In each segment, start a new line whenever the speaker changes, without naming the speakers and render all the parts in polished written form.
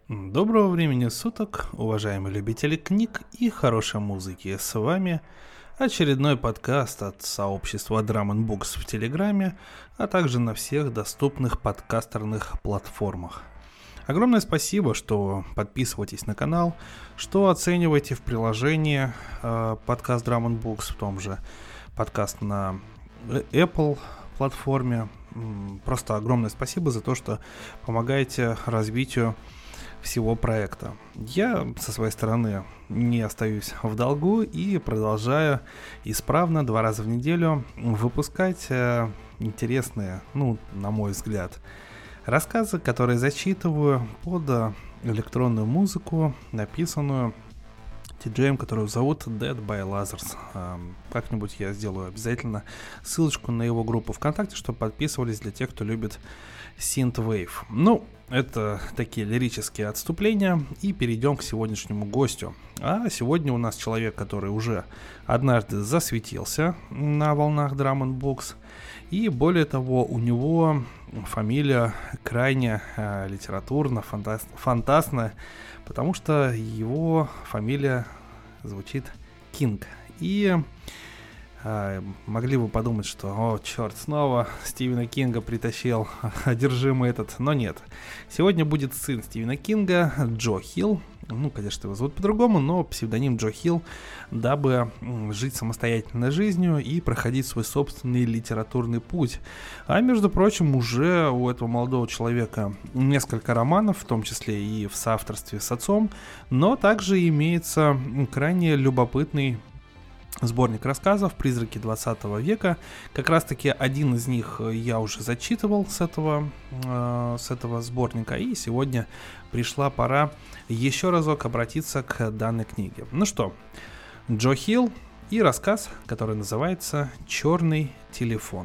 Доброго времени суток, уважаемые любители книг и хорошей музыки. С вами очередной подкаст от сообщества Drum and Books в Телеграме, а также на всех доступных подкастерных платформах. Огромное спасибо, что подписываетесь на канал, что оцениваете в приложении подкаст Drum and Books, в том же подкаст на Apple платформе. Просто огромное спасибо за то, что помогаете развитию всего проекта. Я со своей стороны не остаюсь в долгу и продолжаю исправно 2 раза в неделю выпускать интересные, на мой взгляд, рассказы, которые зачитываю под электронную музыку, написанную диджеем, которого зовут Dead by Lazarus. Как-нибудь я сделаю обязательно ссылочку на его группу ВКонтакте, чтобы подписывались для тех, кто любит Synthwave. Это такие лирические отступления, и перейдем к сегодняшнему гостю. А сегодня у нас человек, который уже однажды засветился на волнах Drum and Books, и более того, у него фамилия крайне литературно-фантастная, потому что его фамилия звучит Кинг. И могли бы подумать, что, черт, снова Стивена Кинга притащил одержимый этот, но нет. Сегодня будет сын Стивена Кинга, Джо Хилл. Конечно, его зовут по-другому, но псевдоним Джо Хилл, дабы жить самостоятельной жизнью и проходить свой собственный литературный путь. А между прочим, уже у этого молодого человека несколько романов, в том числе и в соавторстве с отцом, но также имеется крайне любопытный сборник рассказов «Призраки 20 века». Как раз таки один из них я уже зачитывал с этого сборника, и сегодня пришла пора еще разок обратиться к данной книге. Джо Хилл и рассказ, который называется «Черный телефон».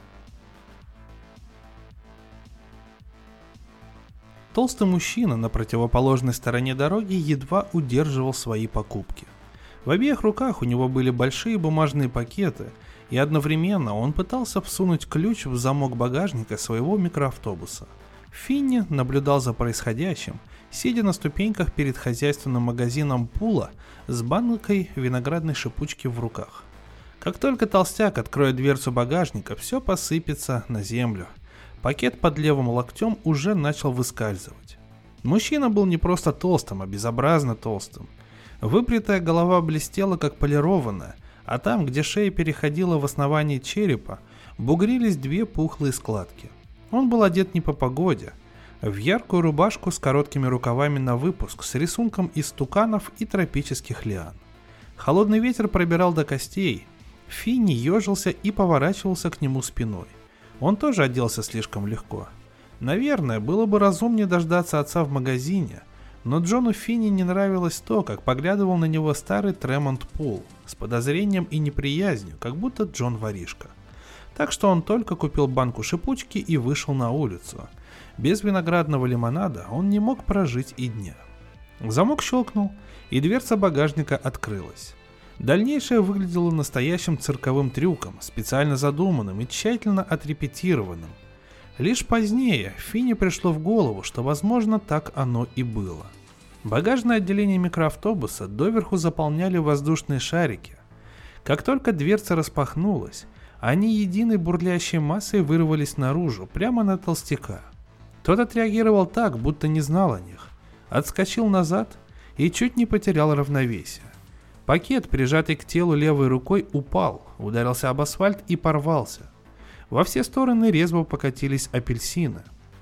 Толстый мужчина на противоположной стороне дороги едва удерживал свои покупки. В обеих руках у него были большие бумажные пакеты, и одновременно он пытался всунуть ключ в замок багажника своего микроавтобуса. Финни наблюдал за происходящим, сидя на ступеньках перед хозяйственным магазином Пула с банкой виноградной шипучки в руках. Как только толстяк откроет дверцу багажника, все посыпется на землю. Пакет под левым локтем уже начал выскальзывать. Мужчина был не просто толстым, а безобразно толстым. Выпрятая голова блестела, как полированная, а там, где шея переходила в основание черепа, бугрились 2 пухлые складки. Он был одет не по погоде, в яркую рубашку с короткими рукавами на выпуск, с рисунком из туканов и тропических лиан. Холодный ветер пробирал до костей. Финни ежился и поворачивался к нему спиной. Он тоже оделся слишком легко. Наверное, было бы разумнее дождаться отца в магазине, но Джону Финни не нравилось то, как поглядывал на него старый Тремонт Пул с подозрением и неприязнью, как будто Джон воришка. Так что он только купил банку шипучки и вышел на улицу. Без виноградного лимонада он не мог прожить и дня. Замок щелкнул, и дверца багажника открылась. Дальнейшее выглядело настоящим цирковым трюком, специально задуманным и тщательно отрепетированным. Лишь позднее Финни пришло в голову, что, возможно, так оно и было. Багажное отделение микроавтобуса доверху заполняли воздушные шарики. Как только дверца распахнулась, они единой бурлящей массой вырвались наружу, прямо на толстяка. Тот отреагировал так, будто не знал о них. Отскочил назад и чуть не потерял равновесие. Пакет, прижатый к телу левой рукой, упал, ударился об асфальт и порвался. Во все стороны резво покатились апельсины.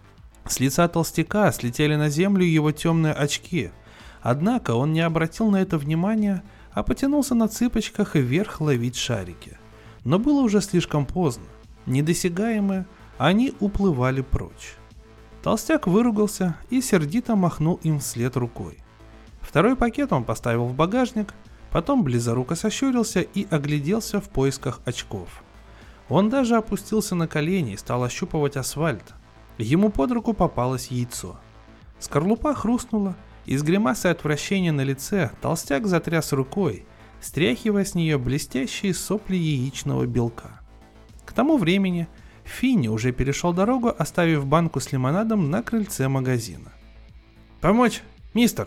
С лица толстяка слетели на землю его темные очки. Однако он не обратил на это внимания, а потянулся на цыпочках вверх ловить шарики. Но было уже слишком поздно. Недосягаемые, они уплывали прочь. Толстяк выругался и сердито махнул им вслед рукой. Второй пакет он поставил в багажник, потом близоруко сощурился и огляделся в поисках очков. Он даже опустился на колени и стал ощупывать асфальт. Ему под руку попалось яйцо. Скорлупа хрустнула, и с гримасой отвращения на лице толстяк затряс рукой, стряхивая с нее блестящие сопли яичного белка. К тому времени Финни уже перешел дорогу, оставив банку с лимонадом на крыльце магазина. «Помочь?» «Мистер!»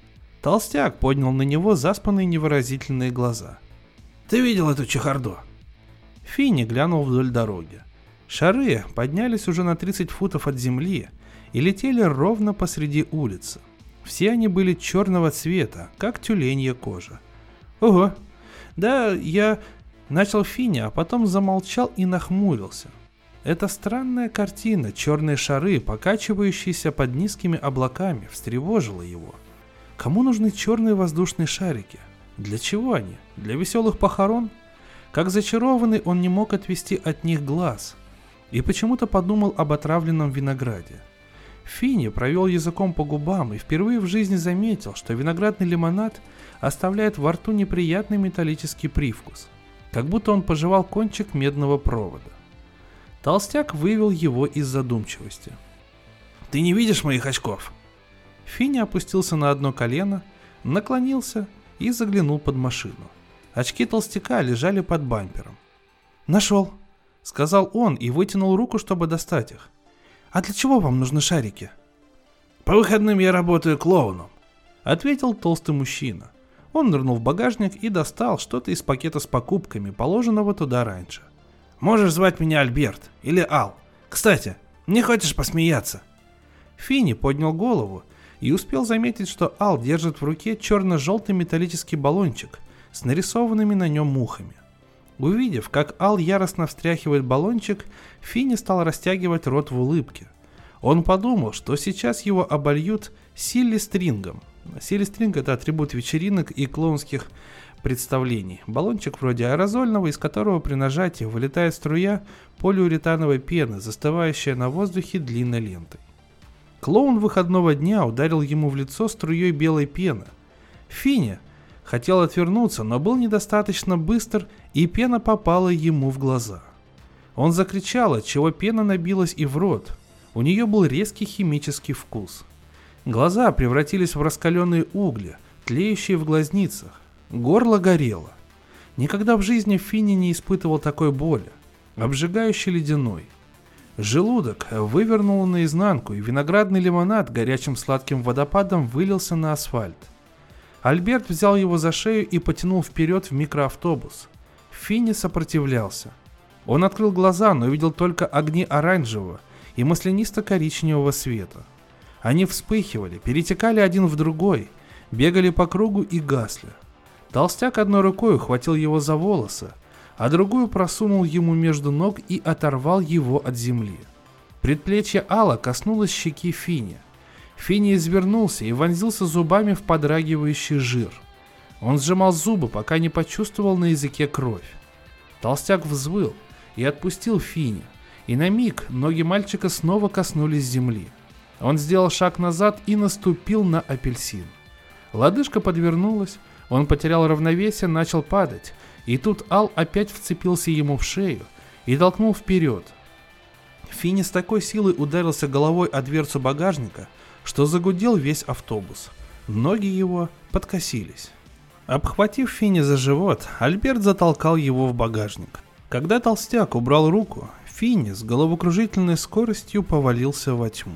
Толстяк поднял на него заспанные невыразительные глаза. «Ты видел эту чехарду?» Финни глянул вдоль дороги. Шары поднялись уже на 30 футов от земли и летели ровно посреди улицы. Все они были черного цвета, как тюленья кожа. «Ого! Да, я...» Начал Финни, а потом замолчал и нахмурился. Эта странная картина, черные шары, покачивающиеся под низкими облаками, встревожила его. Кому нужны черные воздушные шарики? Для чего они? Для веселых похорон? Как зачарованный, он не мог отвести от них глаз. И почему-то подумал об отравленном винограде. Финни провел языком по губам и впервые в жизни заметил, что виноградный лимонад оставляет во рту неприятный металлический привкус, как будто он пожевал кончик медного провода. Толстяк вывел его из задумчивости. «Ты не видишь моих очков?» Финни опустился на одно колено, наклонился и заглянул под машину. Очки толстяка лежали под бампером. «Нашел», — сказал он и вытянул руку, чтобы достать их. «А для чего вам нужны шарики?» «По выходным я работаю клоуном», — ответил толстый мужчина. Он нырнул в багажник и достал что-то из пакета с покупками, положенного туда раньше. «Можешь звать меня Альберт или Ал. Кстати, не хочешь посмеяться?» Финни поднял голову и успел заметить, что Ал держит в руке черно-желтый металлический баллончик с нарисованными на нем мухами. Увидев, как Ал яростно встряхивает баллончик, Финни стал растягивать рот в улыбке. Он подумал, что сейчас его обольют силли-стрингом. Силли-стринг — это атрибут вечеринок и клоунских представлений. Баллончик вроде аэрозольного, из которого при нажатии вылетает струя полиуретановой пены, застывающая на воздухе длинной лентой. Клоун выходного дня ударил ему в лицо струей белой пены. Финни хотел отвернуться, но был недостаточно быстр, и пена попала ему в глаза. Он закричал, отчего пена набилась и в рот. У нее был резкий химический вкус. Глаза превратились в раскаленные угли, тлеющие в глазницах. Горло горело. Никогда в жизни Финни не испытывал такой боли, обжигающей ледяной. Желудок вывернуло наизнанку, и виноградный лимонад горячим сладким водопадом вылился на асфальт. Альберт взял его за шею и потянул вперед в микроавтобус. Финни сопротивлялся. Он открыл глаза, но увидел только огни оранжевого и маслянисто-коричневого света. Они вспыхивали, перетекали один в другой, бегали по кругу и гасли. Толстяк одной рукой ухватил его за волосы, а другую просунул ему между ног и оторвал его от земли. Предплечье Алла коснулось щеки Финни. Финни извернулся и вонзился зубами в подрагивающий жир. Он сжимал зубы, пока не почувствовал на языке кровь. Толстяк взвыл и отпустил Финни, и на миг ноги мальчика снова коснулись земли. Он сделал шаг назад и наступил на апельсин. Лодыжка подвернулась, он потерял равновесие, начал падать, и тут Ал опять вцепился ему в шею и толкнул вперед. Финни с такой силой ударился головой о дверцу багажника, что загудел весь автобус. Ноги его подкосились. Обхватив Финни за живот, Альберт затолкал его в багажник. Когда толстяк убрал руку, Финни с головокружительной скоростью повалился во тьму.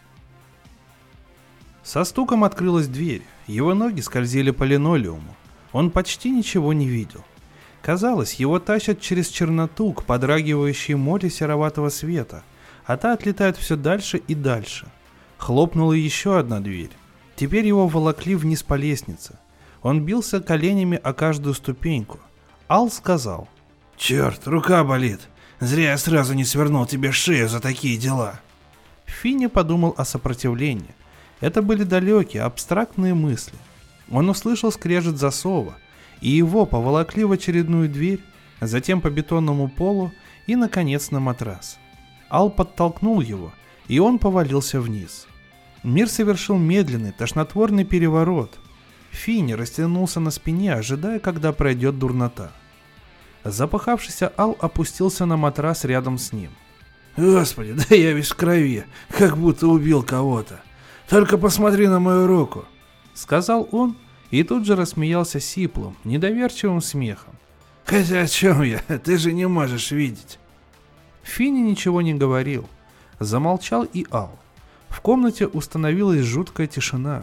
Со стуком открылась дверь, его ноги скользили по линолеуму. Он почти ничего не видел. Казалось, его тащат через черноту к подрагивающей море сероватого света, а та отлетает все дальше и дальше. Хлопнула еще одна дверь. Теперь его волокли вниз по лестнице. Он бился коленями о каждую ступеньку. Ал сказал: «Черт, рука болит. Зря я сразу не свернул тебе шею за такие дела». Финни подумал о сопротивлении. Это были далекие, абстрактные мысли. Он услышал скрежет засова, и его поволокли в очередную дверь, затем по бетонному полу и, наконец, на матрас. Ал подтолкнул его, и он повалился вниз. Мир совершил медленный, тошнотворный переворот. Финни растянулся на спине, ожидая, когда пройдет дурнота. Запыхавшийся Ал опустился на матрас рядом с ним. «Господи, да я весь в крови, как будто убил кого-то. Только посмотри на мою руку», — сказал он, и тут же рассмеялся сиплым, недоверчивым смехом. «Хотя о чем я? Ты же не можешь видеть». Финни ничего не говорил. Замолчал и Ал. В комнате установилась жуткая тишина.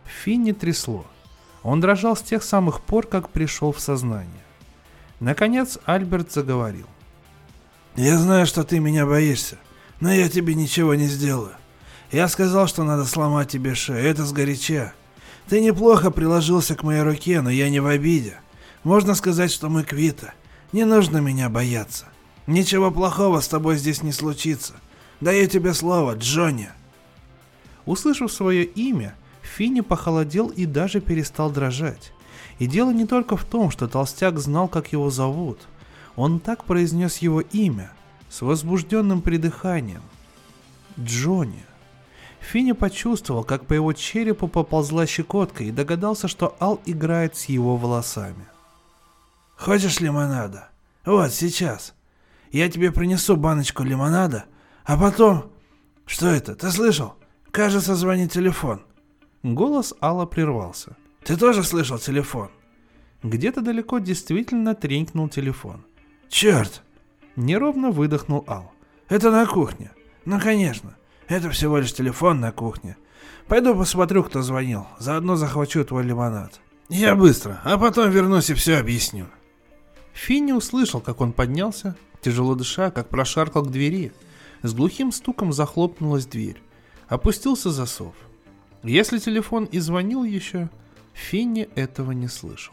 Финни трясло. Он дрожал с тех самых пор, как пришел в сознание. Наконец Альберт заговорил.
«Я знаю, что ты меня боишься, но я тебе ничего не сделаю. Я сказал, что надо сломать тебе шею, это сгоряча. Ты неплохо приложился к моей руке, но я не в обиде. Можно сказать, что мы квиты. Не нужно меня бояться. Ничего плохого с тобой здесь не случится. Даю тебе слово, Джонни».
Услышав свое имя, Финни похолодел и даже перестал дрожать. И дело не только в том, что толстяк знал, как его зовут. Он так произнес его имя, с возбужденным придыханием. Джонни. Финни почувствовал, как по его черепу поползла щекотка, и догадался, что Ал играет с его волосами.
«Хочешь лимонада? Вот, сейчас. Я тебе принесу баночку лимонада, а потом... Что это, ты слышал? Кажется, звонит телефон».
Голос Алла прервался.
«Ты тоже слышал телефон?»
Где-то далеко действительно тренькнул телефон.
«Черт!»
Неровно выдохнул Ал.
«Это на кухне. Ну, конечно. Это всего лишь телефон на кухне. Пойду посмотрю, кто звонил. Заодно захвачу твой лимонад. Я быстро, а потом вернусь и все объясню».
Финни услышал, как он поднялся, тяжело дыша, как прошаркал к двери. С глухим стуком захлопнулась дверь. Опустился засов. Если телефон и звонил еще, Финни этого не слышал.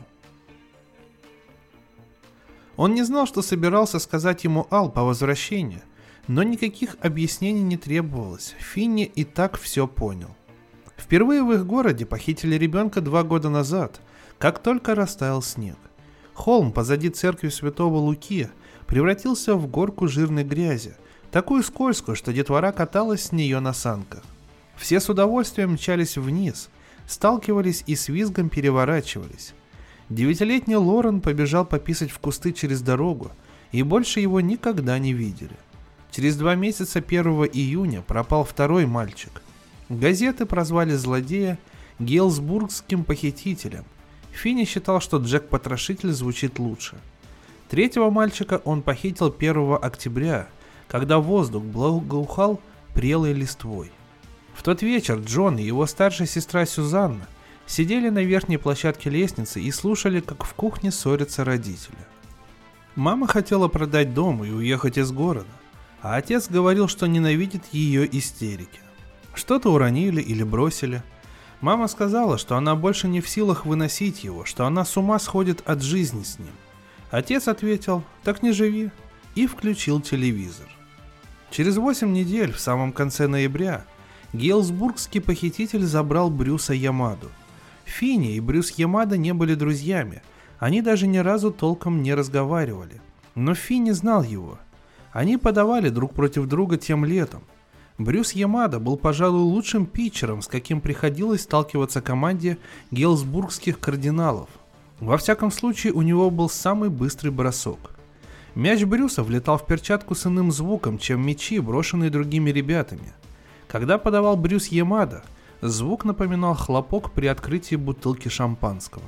Он не знал, что собирался сказать ему Ал по возвращении, но никаких объяснений не требовалось, Финни и так все понял. Впервые в их городе похитили ребенка 2 года назад, как только растаял снег. Холм позади церкви Святого Луки превратился в горку жирной грязи, такую скользкую, что детвора каталась с нее на санках. Все с удовольствием мчались вниз, сталкивались и с визгом переворачивались. 9-летний Лорен побежал пописать в кусты через дорогу, и больше его никогда не видели. Через 2 месяца 1 июня пропал второй мальчик. Газеты прозвали злодея Гейлсбургским похитителем. Финни считал, что Джек-потрошитель звучит лучше. 3-го мальчика он похитил 1 октября, когда воздух благоухал прелой листвой. В тот вечер Джон и его старшая сестра Сюзанна сидели на верхней площадке лестницы и слушали, как в кухне ссорятся родители. Мама хотела продать дом и уехать из города, а отец говорил, что ненавидит ее истерики. Что-то уронили или бросили. Мама сказала, что она больше не в силах выносить его, что она с ума сходит от жизни с ним. Отец ответил: «Так не живи», и включил телевизор. Через 8 недель, в самом конце ноября, Гейлсбургский похититель забрал Брюса Ямаду. Финни и Брюс Ямада не были друзьями, они даже ни разу толком не разговаривали. Но Финни знал его. Они подавали друг против друга тем летом. Брюс Ямада был, пожалуй, лучшим питчером, с каким приходилось сталкиваться команде Гейлсбургских кардиналов. Во всяком случае, у него был самый быстрый бросок. Мяч Брюса влетал в перчатку с иным звуком, чем мячи, брошенные другими ребятами. Когда подавал Брюс Ямада, звук напоминал хлопок при открытии бутылки шампанского.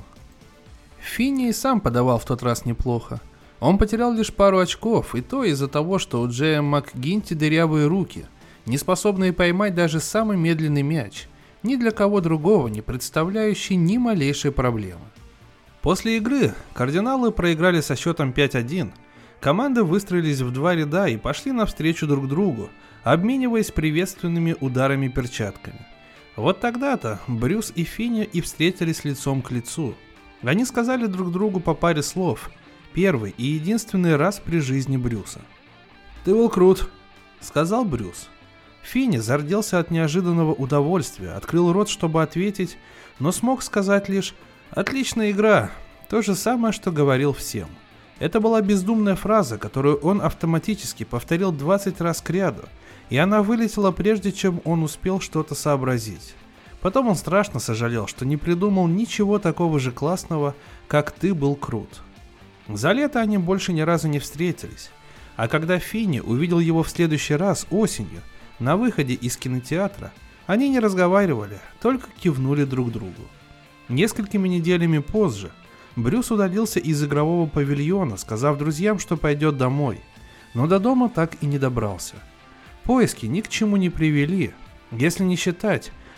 Финни и сам подавал в тот раз неплохо. Он потерял лишь пару очков, и то из-за того, что у Джея МакГинти дырявые руки, не способные поймать даже самый медленный мяч, ни для кого другого не представляющий ни малейшей проблемы. После игры кардиналы проиграли со счетом 5-1, команды выстроились в 2 ряда и пошли навстречу друг другу, обмениваясь приветственными ударами перчатками. Вот тогда-то Брюс и Финни и встретились лицом к лицу. Они сказали друг другу по паре слов, первый и единственный раз при жизни Брюса. «Ты был крут», — сказал Брюс. Финни зарделся от неожиданного удовольствия, открыл рот, чтобы ответить, но смог сказать лишь «отличная игра», то же самое, что говорил всем. Это была бездумная фраза, которую он автоматически повторил 20 раз кряду, и она вылетела прежде, чем он успел что-то сообразить. Потом он страшно сожалел, что не придумал ничего такого же классного, как «ты был крут». За лето они больше ни разу не встретились, а когда Финни увидел его в следующий раз осенью, на выходе из кинотеатра, они не разговаривали, только кивнули друг другу. Несколькими неделями позже Брюс удалился из игрового павильона, сказав друзьям, что пойдет домой, но до дома так и не добрался. Поиски ни к чему не привели, если не считать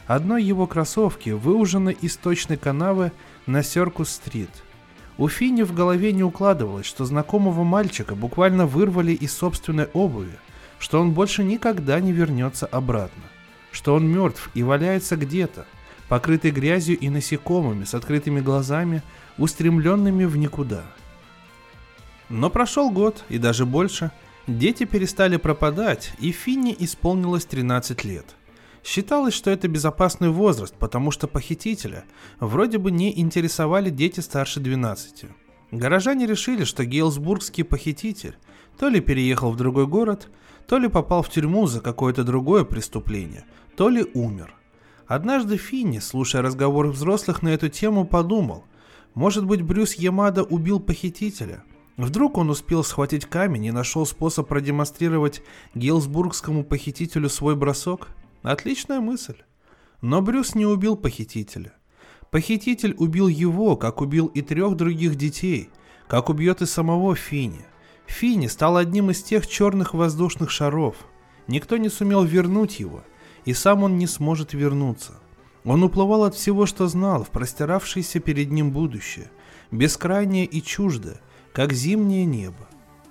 одной его кроссовки выужены из сточной канавы на Серкус-стрит. У Финни в голове не укладывалось, что знакомого мальчика буквально вырвали из собственной обуви, что он больше никогда не вернется обратно, что он мертв и валяется где-то, покрытый грязью и насекомыми, с открытыми глазами, устремленными в никуда. Но прошел год и даже больше, дети перестали пропадать, и Финни исполнилось 13 лет. Считалось, что это безопасный возраст, потому что похитителя вроде бы не интересовали дети старше 12. Горожане решили, что гейлсбургский похититель то ли переехал в другой город, то ли попал в тюрьму за какое-то другое преступление, то ли умер. Однажды Финни, слушая разговоры взрослых на эту тему, подумал, может быть, Брюс Ямада убил похитителя? Вдруг он успел схватить камень и нашел способ продемонстрировать гейлсбургскому похитителю свой бросок? Отличная мысль. Но Брюс не убил похитителя. Похититель убил его, как убил и 3 других детей, как убьет и самого Финни. Финни стал одним из тех черных воздушных шаров. Никто не сумел вернуть его, и сам он не сможет вернуться. Он уплывал от всего, что знал, в простиравшееся перед ним будущее, бескрайнее и чуждое, как зимнее небо.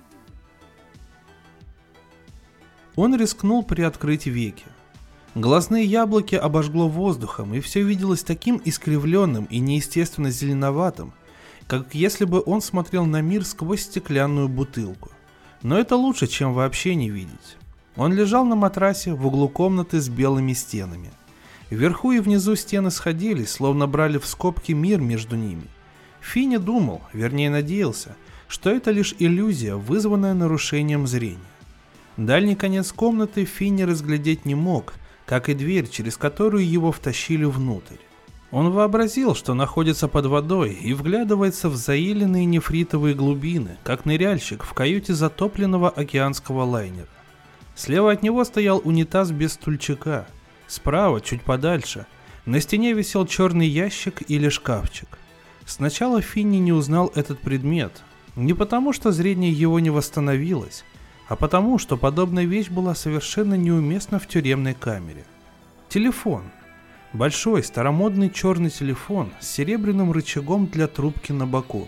Он рискнул приоткрыть веки. Глазные яблоки обожгло воздухом, и все виделось таким искривленным и неестественно зеленоватым, как если бы он смотрел на мир сквозь стеклянную бутылку. Но это лучше, чем вообще не видеть. Он лежал на матрасе в углу комнаты с белыми стенами. Вверху и внизу стены сходились, словно брали в скобки мир между ними. Финни думал, вернее надеялся, что это лишь иллюзия, вызванная нарушением зрения. Дальний конец комнаты Финни разглядеть не мог, как и дверь, через которую его втащили внутрь. Он вообразил, что находится под водой и вглядывается в заиленные нефритовые глубины, как ныряльщик в каюте затопленного океанского лайнера. Слева от него стоял унитаз без стульчика. Справа, чуть подальше, на стене висел черный ящик или шкафчик. Сначала Финни не узнал этот предмет, не потому что зрение его не восстановилось, а потому что подобная вещь была совершенно неуместна в тюремной камере. Телефон. Большой старомодный черный телефон с серебряным рычагом для трубки на боку.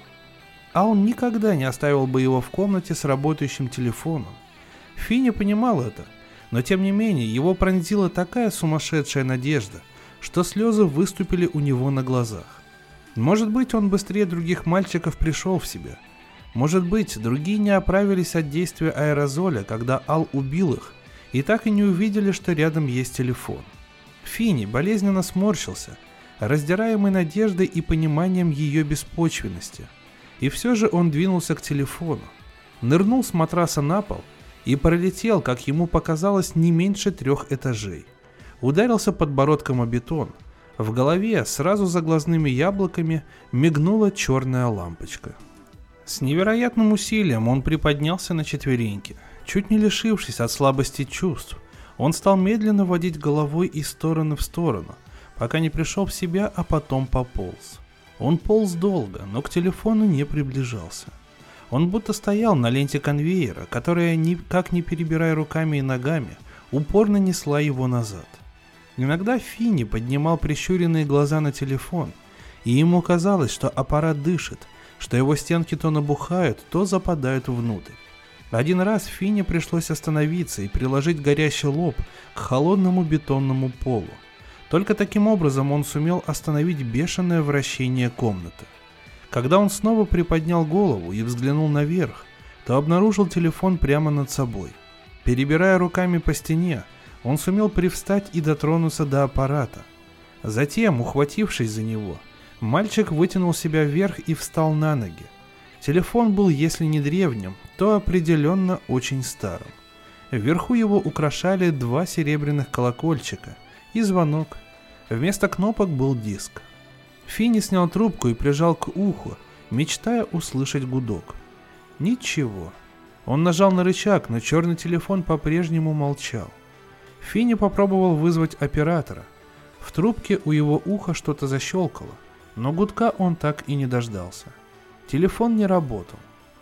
А он никогда не оставил бы его в комнате с работающим телефоном. Финни понимал это, но тем не менее его пронзила такая сумасшедшая надежда, что слезы выступили у него на глазах. Может быть, он быстрее других мальчиков пришел в себя. Может быть, другие не оправились от действия аэрозоля, когда Ал убил их, и так и не увидели, что рядом есть телефон. Финни болезненно сморщился, раздираемый надеждой и пониманием ее беспочвенности. И все же он двинулся к телефону, нырнул с матраса на пол и пролетел, как ему показалось, не меньше 3 этажей. Ударился подбородком о бетон. В голове, сразу за глазными яблоками, мигнула черная лампочка. С невероятным усилием он приподнялся на четвереньки. Чуть не лишившись от слабости чувств, он стал медленно водить головой из стороны в сторону, пока не пришел в себя, а потом пополз. Он полз долго, но к телефону не приближался. Он будто стоял на ленте конвейера, которая, никак не перебирая руками и ногами, упорно несла его назад. Иногда Финни поднимал прищуренные глаза на телефон, и ему казалось, что аппарат дышит, что его стенки то набухают, то западают внутрь. Один раз Финни пришлось остановиться и приложить горящий лоб к холодному бетонному полу. Только таким образом он сумел остановить бешеное вращение комнаты. Когда он снова приподнял голову и взглянул наверх, то обнаружил телефон прямо над собой. Перебирая руками по стене, он сумел привстать и дотронуться до аппарата. Затем, ухватившись за него, мальчик вытянул себя вверх и встал на ноги. Телефон был, если не древним, то определенно очень старым. Вверху его украшали 2 серебряных колокольчика и звонок. Вместо кнопок был диск. Финни снял трубку и прижал к уху, мечтая услышать гудок. Ничего. Он нажал на рычаг, но черный телефон по-прежнему молчал. Финни попробовал вызвать оператора. В трубке у его уха что-то защелкало, но гудка он так и не дождался. Телефон не работал.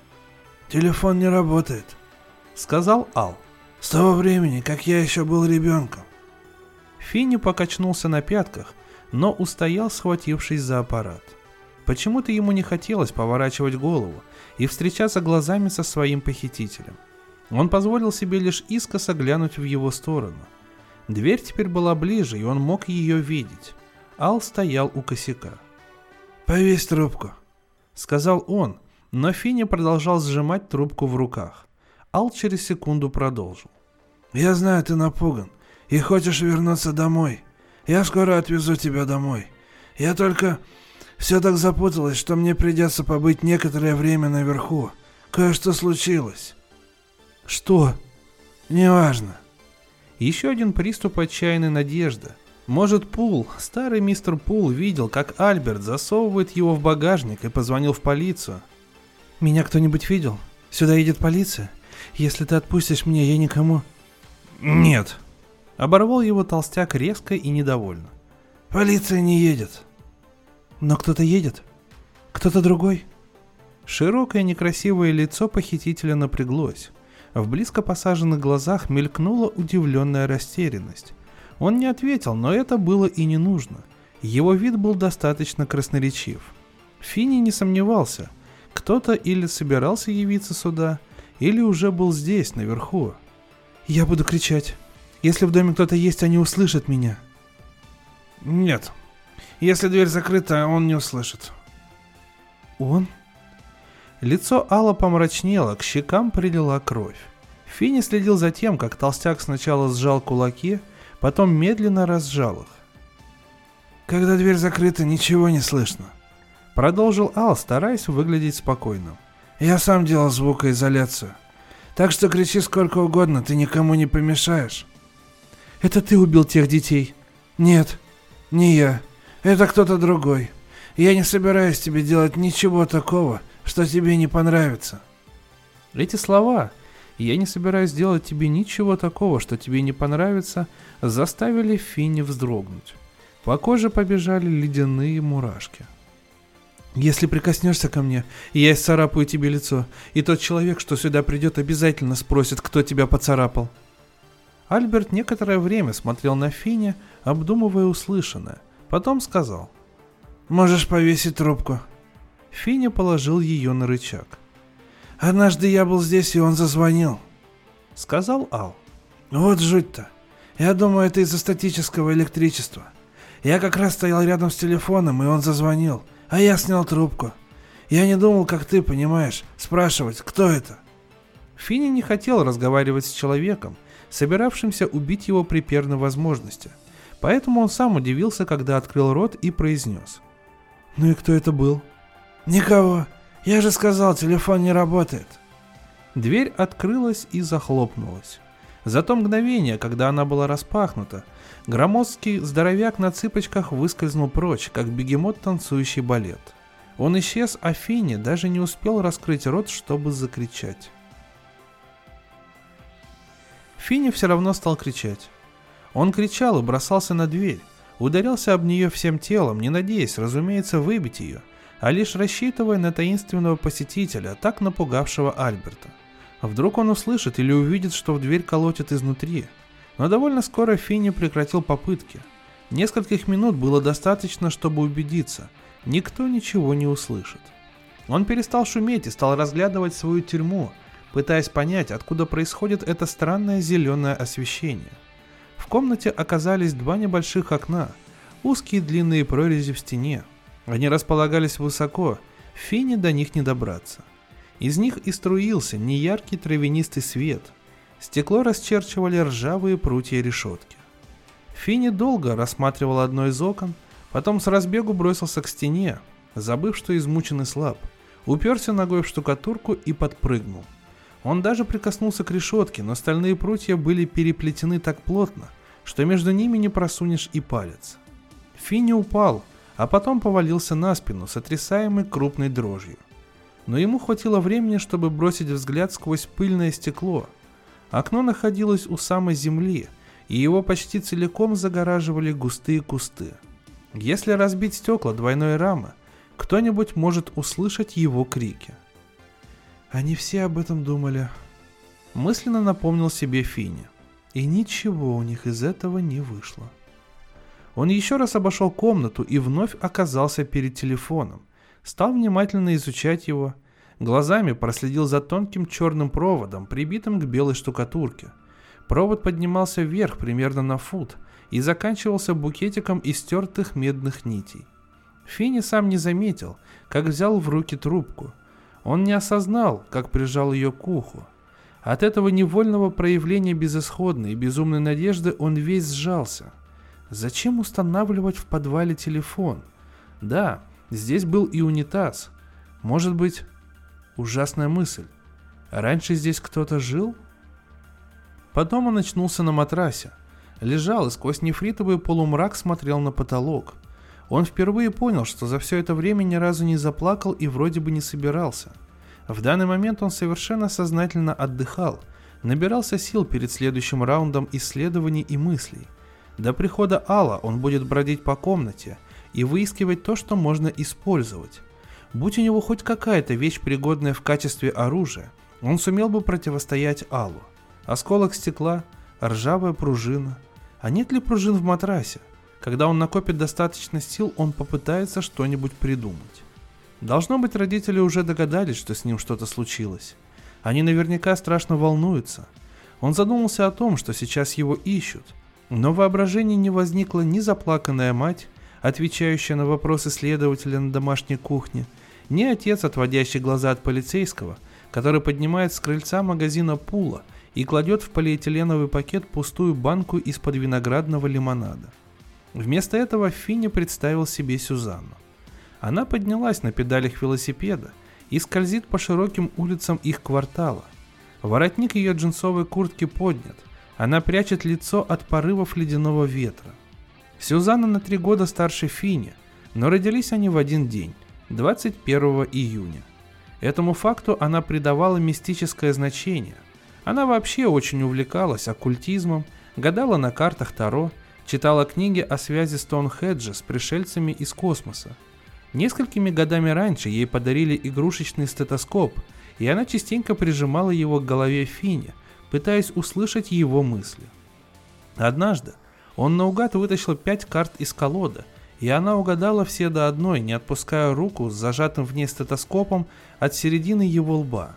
«Телефон не работает»,
— сказал Ал.
«С того времени, как я еще был ребенком».
Финни покачнулся на пятках, но устоял, схватившись за аппарат. Почему-то ему не хотелось поворачивать голову и встречаться глазами со своим похитителем. Он позволил себе лишь искоса глянуть в его сторону. Дверь теперь была ближе, и он мог ее видеть. Ал стоял у косяка.
«Повесь трубку»,
— сказал он, но Финни продолжал сжимать трубку в руках. Ал через секунду продолжил.
«Я знаю, ты напуган и хочешь вернуться домой. Я скоро отвезу тебя домой. Я только... Все так запуталось, что мне придется побыть некоторое время наверху. Кое-что случилось».
«Что?»
«Неважно».
Еще один приступ отчаянной надежды. Может, Пул, старый мистер Пул, видел, как Альберт засовывает его в багажник и позвонил в полицию. «Меня кто-нибудь видел? Сюда едет полиция? Если ты отпустишь меня, я никому...»
«Нет»,
— оборвал его толстяк резко и недовольно.
«Полиция не едет».
«Но кто-то едет? Кто-то другой?» Широкое некрасивое лицо похитителя напряглось. В близко посаженных глазах мелькнула удивленная растерянность. Он не ответил, но это было и не нужно. Его вид был достаточно красноречив. Финни не сомневался. Кто-то или собирался явиться сюда, или уже был здесь, наверху. «Я буду кричать. Если в доме кто-то есть, они услышат меня».
«Нет. Если дверь закрыта, он не услышит».
«Он?» Лицо Алла помрачнело, к щекам прилила кровь. Финни следил за тем, как толстяк сначала сжал кулаки, потом медленно разжал их.
«Когда дверь закрыта, ничего не слышно»,
— продолжил Ал, стараясь выглядеть спокойным.
«Я сам делал звукоизоляцию. Так что кричи сколько угодно, ты никому не помешаешь».
«Это ты убил тех детей?»
«Нет, не я. Это кто-то другой. Я не собираюсь тебе делать ничего такого, что тебе не понравится».
Эти слова «я не собираюсь делать тебе ничего такого, что тебе не понравится», заставили Финни вздрогнуть. По коже побежали ледяные мурашки. «Если прикоснешься ко мне, я исцарапаю тебе лицо, и тот человек, что сюда придет, обязательно спросит, кто тебя поцарапал». Альберт некоторое время смотрел на Финни, обдумывая услышанное. Потом сказал:
«Можешь повесить трубку».
Финни положил ее на рычаг.
«Однажды я был здесь, и он зазвонил»,
— сказал Ал.
«Вот жуть-то. Я думаю, это из-за статического электричества. Я как раз стоял рядом с телефоном, и он зазвонил, а я снял трубку. Я не думал, как ты, понимаешь, спрашивать, кто это».
Финни не хотел разговаривать с человеком, собиравшимся убить его при первой возможности, поэтому он сам удивился, когда открыл рот и произнес: «Ну и кто это был?»
«Никого. Я же сказал, телефон не работает».
Дверь открылась и захлопнулась. За то мгновение, когда она была распахнута, громоздкий здоровяк на цыпочках выскользнул прочь, как бегемот, танцующий балет. Он исчез, а Финни даже не успел раскрыть рот, чтобы закричать. Финни все равно стал кричать. Он кричал и бросался на дверь, ударялся об нее всем телом, не надеясь, разумеется, выбить ее, а лишь рассчитывая на таинственного посетителя, так напугавшего Альберта. Вдруг он услышит или увидит, что в дверь колотят изнутри. Но довольно скоро Финни прекратил попытки. Нескольких минут было достаточно, чтобы убедиться, никто ничего не услышит. Он перестал шуметь и стал разглядывать свою тюрьму, пытаясь понять, откуда происходит это странное зеленое освещение. В комнате оказались два небольших окна, узкие длинные прорези в стене. Они располагались высоко, Финни до них не добраться. Из них и струился неяркий травянистый свет. Стекло расчерчивали ржавые прутья решетки. Финни долго рассматривал одно из окон, потом с разбегу бросился к стене, забыв, что измучен и слаб, уперся ногой в штукатурку и подпрыгнул. Он даже прикоснулся к решетке, но стальные прутья были переплетены так плотно, что между ними не просунешь и палец. Финни упал, а потом повалился на спину, сотрясаемый крупной дрожью. Но ему хватило времени, чтобы бросить взгляд сквозь пыльное стекло. Окно находилось у самой земли, и его почти целиком загораживали густые кусты. Если разбить стекла двойной рамы, кто-нибудь может услышать его крики. Они все об этом думали. Мысленно напомнил себе Финни. И ничего у них из этого не вышло. Он еще раз обошел комнату и вновь оказался перед телефоном. Стал внимательно изучать его. Глазами проследил за тонким черным проводом, прибитым к белой штукатурке. Провод поднимался вверх примерно на фут и заканчивался букетиком из стертых медных нитей. Финни сам не заметил, как взял в руки трубку. Он не осознал, как прижал ее к уху. От этого невольного проявления безысходной и безумной надежды он весь сжался. Зачем устанавливать в подвале телефон? Да, здесь был и унитаз. Может быть, ужасная мысль. Раньше здесь кто-то жил? Потом он очнулся на матрасе. Лежал и сквозь нефритовый полумрак смотрел на потолок. Он впервые понял, что за все это время ни разу не заплакал и вроде бы не собирался. В данный момент он совершенно сознательно отдыхал, набирался сил перед следующим раундом исследований и мыслей. До прихода Алла он будет бродить по комнате и выискивать то, что можно использовать. Будь у него хоть какая-то вещь, пригодная в качестве оружия, он сумел бы противостоять Аллу. Осколок стекла, ржавая пружина. А нет ли пружин в матрасе? Когда он накопит достаточно сил, он попытается что-нибудь придумать. Должно быть, родители уже догадались, что с ним что-то случилось. Они наверняка страшно волнуются. Он задумался о том, что сейчас его ищут, но в воображении не возникла ни заплаканная мать, отвечающая на вопросы следователя на домашней кухне, ни отец, отводящий глаза от полицейского, который поднимает с крыльца магазина Пула и кладет в полиэтиленовый пакет пустую банку из-под виноградного лимонада. Вместо этого Финни представил себе Сюзанну. Она поднялась на педалях велосипеда и скользит по широким улицам их квартала. Воротник ее джинсовой куртки поднят, она прячет лицо от порывов ледяного ветра. Сюзанна на 3 года старше Финни, но родились они в один день, 21 июня. Этому факту она придавала мистическое значение. Она вообще очень увлекалась оккультизмом, гадала на картах Таро, читала книги о связи Стоунхеджа с пришельцами из космоса. Несколькими годами раньше ей подарили игрушечный стетоскоп, и она частенько прижимала его к голове Финни, пытаясь услышать его мысли. Однажды он наугад вытащил 5 карт из колоды, и она угадала все до одной, не отпуская руку с зажатым в ней стетоскопом от середины его лба.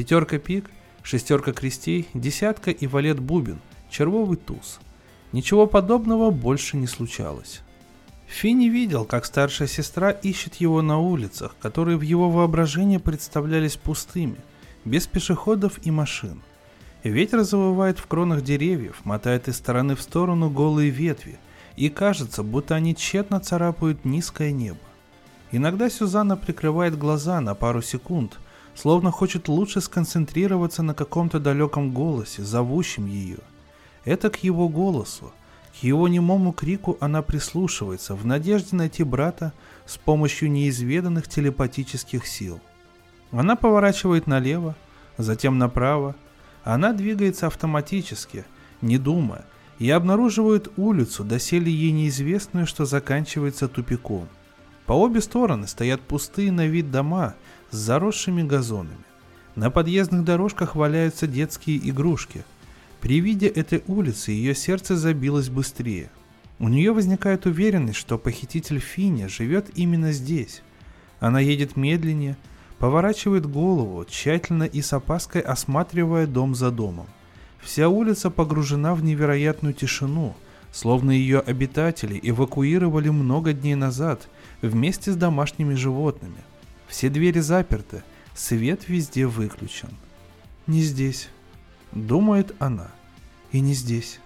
5 пик, 6 крестей, 10 и валет бубен, червовый туз. Ничего подобного больше не случалось. Финни видел, как старшая сестра ищет его на улицах, которые в его воображении представлялись пустыми, без пешеходов и машин. Ветер завывает в кронах деревьев, мотает из стороны в сторону голые ветви, и кажется, будто они тщетно царапают низкое небо. Иногда Сюзанна прикрывает глаза на пару секунд, словно хочет лучше сконцентрироваться на каком-то далеком голосе, зовущем ее. Это к его голосу, к его немому крику она прислушивается в надежде найти брата с помощью неизведанных телепатических сил. Она поворачивает налево, затем направо. Она двигается автоматически, не думая, и обнаруживает улицу, доселе ей неизвестную, что заканчивается тупиком. По обе стороны стоят пустые на вид дома с заросшими газонами. На подъездных дорожках валяются детские игрушки. При виде этой улицы ее сердце забилось быстрее. У нее возникает уверенность, что похититель Финни живет именно здесь. Она едет медленнее, поворачивает голову, тщательно и с опаской осматривая дом за домом. Вся улица погружена в невероятную тишину, словно ее обитатели эвакуировали много дней назад вместе с домашними животными. Все двери заперты, свет везде выключен. Не здесь. Думает она. И не здесь.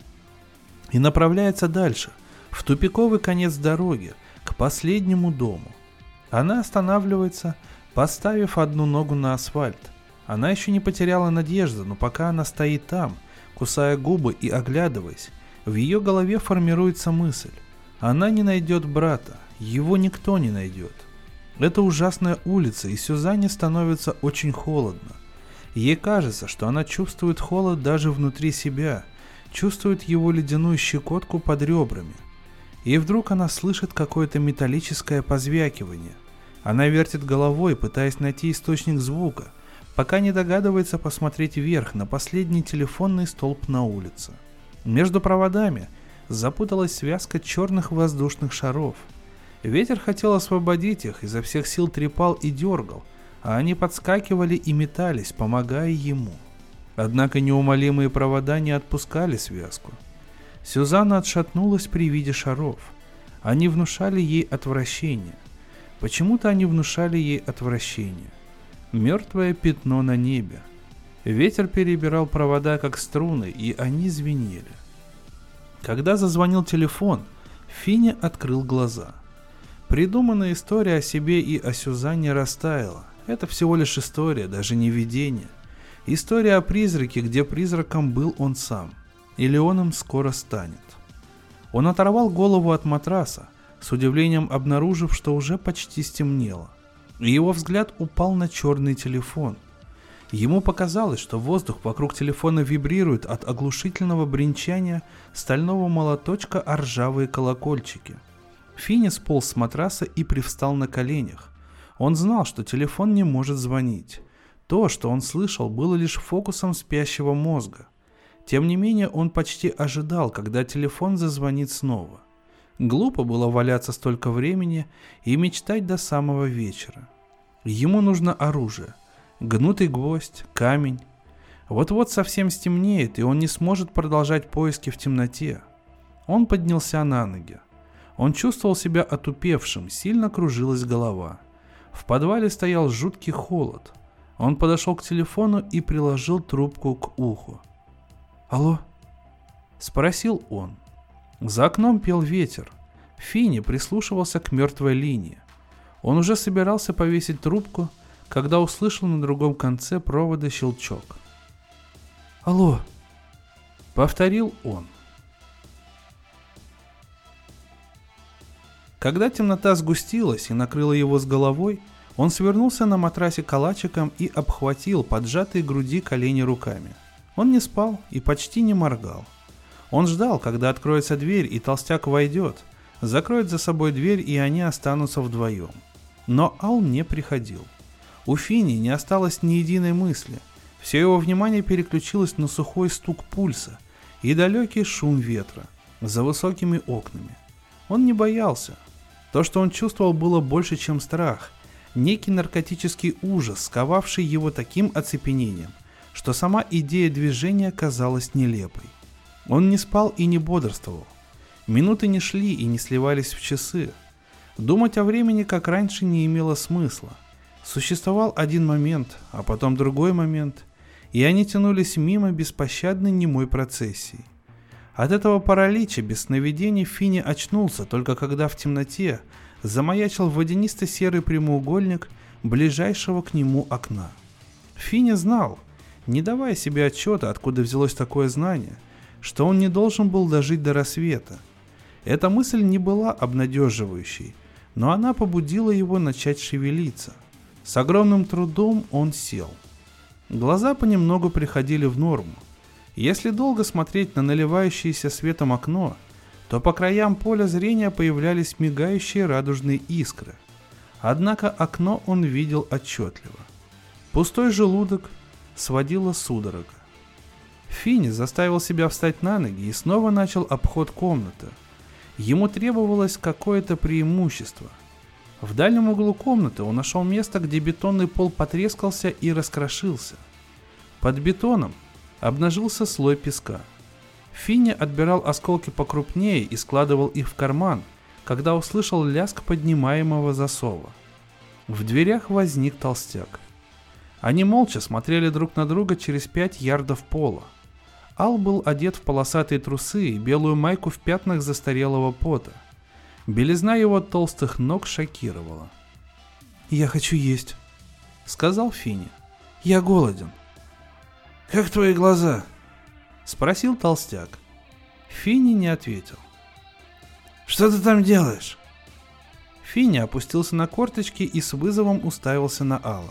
И направляется дальше, в тупиковый конец дороги, к последнему дому. Она останавливается, поставив одну ногу на асфальт. Она еще не потеряла надежды, но пока она стоит там, кусая губы и оглядываясь, в ее голове формируется мысль. Она не найдет брата, его никто не найдет. Это ужасная улица, и Сюзанне становится очень холодно. Ей кажется, что она чувствует холод даже внутри себя, чувствует его ледяную щекотку под ребрами. И вдруг она слышит какое-то металлическое позвякивание. Она вертит головой, пытаясь найти источник звука, пока не догадывается посмотреть вверх на последний телефонный столб на улице. Между проводами запуталась связка черных воздушных шаров. Ветер хотел освободить их, изо всех сил трепал и дергал, а они подскакивали и метались, помогая ему. Однако неумолимые провода не отпускали связку. Сюзанна отшатнулась при виде шаров. Они внушали ей отвращение. Почему-то они внушали ей отвращение. Мертвое пятно на небе. Ветер перебирал провода, как струны, и они звенели. Когда зазвонил телефон, Финни открыл глаза. Придуманная история о себе и о Сюзанне растаяла. Это всего лишь история, даже не видение. История о призраке, где призраком был он сам. Или он им скоро станет. Он оторвал голову от матраса, с удивлением обнаружив, что уже почти стемнело. И его взгляд упал на черный телефон. Ему показалось, что воздух вокруг телефона вибрирует от оглушительного бренчания стального молоточка о ржавые колокольчики. Финни сполз с матраса и привстал на коленях. Он знал, что телефон не может звонить. То, что он слышал, было лишь фокусом спящего мозга. Тем не менее, он почти ожидал, когда телефон зазвонит снова. Глупо было валяться столько времени и мечтать до самого вечера. Ему нужно оружие. Гнутый гвоздь, камень. Вот-вот совсем стемнеет, и он не сможет продолжать поиски в темноте. Он поднялся на ноги. Он чувствовал себя отупевшим, сильно кружилась голова. В подвале стоял жуткий холод. Он подошел к телефону и приложил трубку к уху. «Алло?» – спросил он. За окном пел ветер. Финни прислушивался к мертвой линии. Он уже собирался повесить трубку, когда услышал на другом конце провода щелчок. «Алло!» – повторил он. Когда темнота сгустилась и накрыла его с головой, он свернулся на матрасе калачиком и обхватил поджатые груди колени руками. Он не спал и почти не моргал. Он ждал, когда откроется дверь и толстяк войдет, закроет за собой дверь и они останутся вдвоем. Но Ал не приходил. У Финни не осталось ни единой мысли. Все его внимание переключилось на сухой стук пульса и далекий шум ветра за высокими окнами. Он не боялся. То, что он чувствовал, было больше, чем страх. Некий наркотический ужас, сковавший его таким оцепенением, что сама идея движения казалась нелепой. Он не спал и не бодрствовал. Минуты не шли и не сливались в часы. Думать о времени, как раньше, не имело смысла. Существовал один момент, а потом другой момент, и они тянулись мимо беспощадной немой процессии. От этого паралича без сновидений Финни очнулся только когда в темноте замаячил водянисто-серый прямоугольник ближайшего к нему окна. Финни знал, не давая себе отчета, откуда взялось такое знание, что он не должен был дожить до рассвета. Эта мысль не была обнадеживающей, но она побудила его начать шевелиться. С огромным трудом он сел. Глаза понемногу приходили в норму. Если долго смотреть на наливающееся светом окно, то по краям поля зрения появлялись мигающие радужные искры. Однако окно он видел отчетливо. Пустой желудок сводила судорога. Финни заставил себя встать на ноги и снова начал обход комнаты. Ему требовалось какое-то преимущество. В дальнем углу комнаты он нашел место, где бетонный пол потрескался и раскрошился. Под бетоном обнажился слой песка. Финни отбирал осколки покрупнее и складывал их в карман, когда услышал лязг поднимаемого засова. В дверях возник толстяк. Они молча смотрели друг на друга через 5 ярдов пола. Ал был одет в полосатые трусы и белую майку в пятнах застарелого пота. Белизна его толстых ног шокировала. «Я хочу есть», — сказал Финни. «Я голоден».
«Как твои глаза?»
— спросил толстяк. Финни не ответил.
«Что ты там делаешь?»
Финни опустился на корточки и с вызовом уставился на Алла.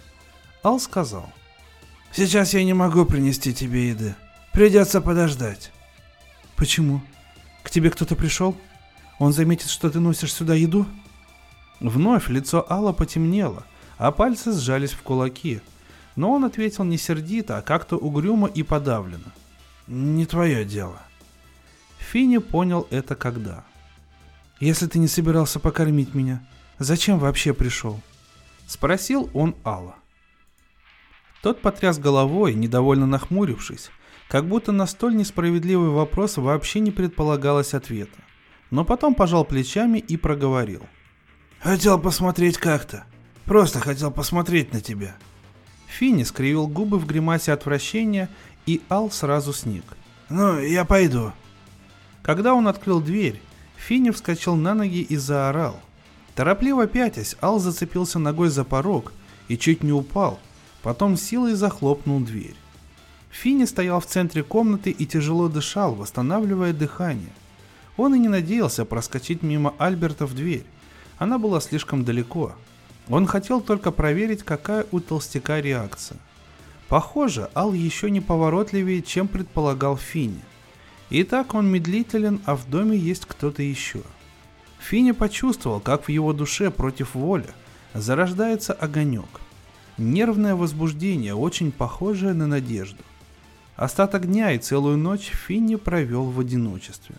Ал сказал:
«Сейчас я не могу принести тебе еды. Придется подождать».
«Почему? К тебе кто-то пришел? Он заметит, что ты носишь сюда еду?» Вновь лицо Алла потемнело, а пальцы сжались в кулаки. Но он ответил не сердито, а как-то угрюмо и подавленно.
«Не твое дело».
Финни понял это когда.
«Если ты не собирался покормить меня, зачем вообще пришел?»
— спросил он Алла. Тот потряс головой, недовольно нахмурившись, как будто на столь несправедливый вопрос вообще не предполагалось ответа. Но потом пожал плечами и проговорил.
«Хотел посмотреть как-то. Просто хотел посмотреть на тебя».
Финни скривил губы в гримасе отвращения, и Ал сразу сник.
«Ну, я пойду».
Когда он открыл дверь, Финни вскочил на ноги и заорал. Торопливо пятясь, Ал зацепился ногой за порог и чуть не упал, потом силой захлопнул дверь. Финни стоял в центре комнаты и тяжело дышал, восстанавливая дыхание. Он и не надеялся проскочить мимо Альберта в дверь, она была слишком далеко. Он хотел только проверить, какая у толстяка реакция. Похоже, Ал еще не поворотливее, чем предполагал Финни. Итак, он медлителен, а в доме есть кто-то еще. Финни почувствовал, как в его душе против воли зарождается огонек. Нервное возбуждение, очень похожее на надежду. Остаток дня и целую ночь Финни провел в одиночестве.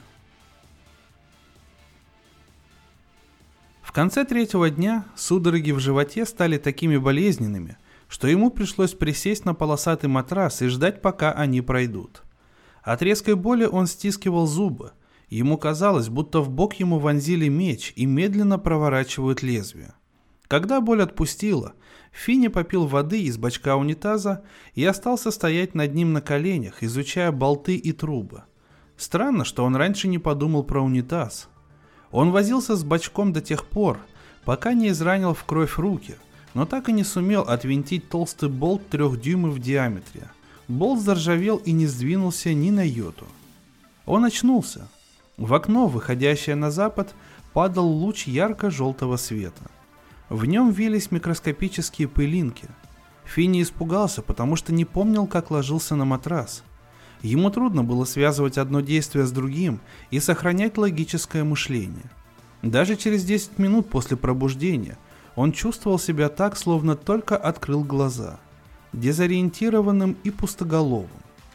В конце третьего дня судороги в животе стали такими болезненными, что ему пришлось присесть на полосатый матрас и ждать, пока они пройдут. От резкой боли он стискивал зубы. Ему казалось, будто в бок ему вонзили меч и медленно проворачивают лезвие. Когда боль отпустила, Финни попил воды из бачка унитаза и остался стоять над ним на коленях, изучая болты и трубы. Странно, что он раньше не подумал про унитаз. Он возился с бачком до тех пор, пока не изранил в кровь руки, но так и не сумел отвинтить толстый болт 3 дюймов в диаметре. Болт заржавел и не сдвинулся ни на йоту. Он очнулся. В окно, выходящее на запад, падал луч ярко-желтого света. В нем вились микроскопические пылинки. Финни испугался, потому что не помнил, как ложился на матрас. Ему трудно было связывать одно действие с другим и сохранять логическое мышление. Даже через 10 минут после пробуждения он чувствовал себя так, словно только открыл глаза, дезориентированным и пустоголовым.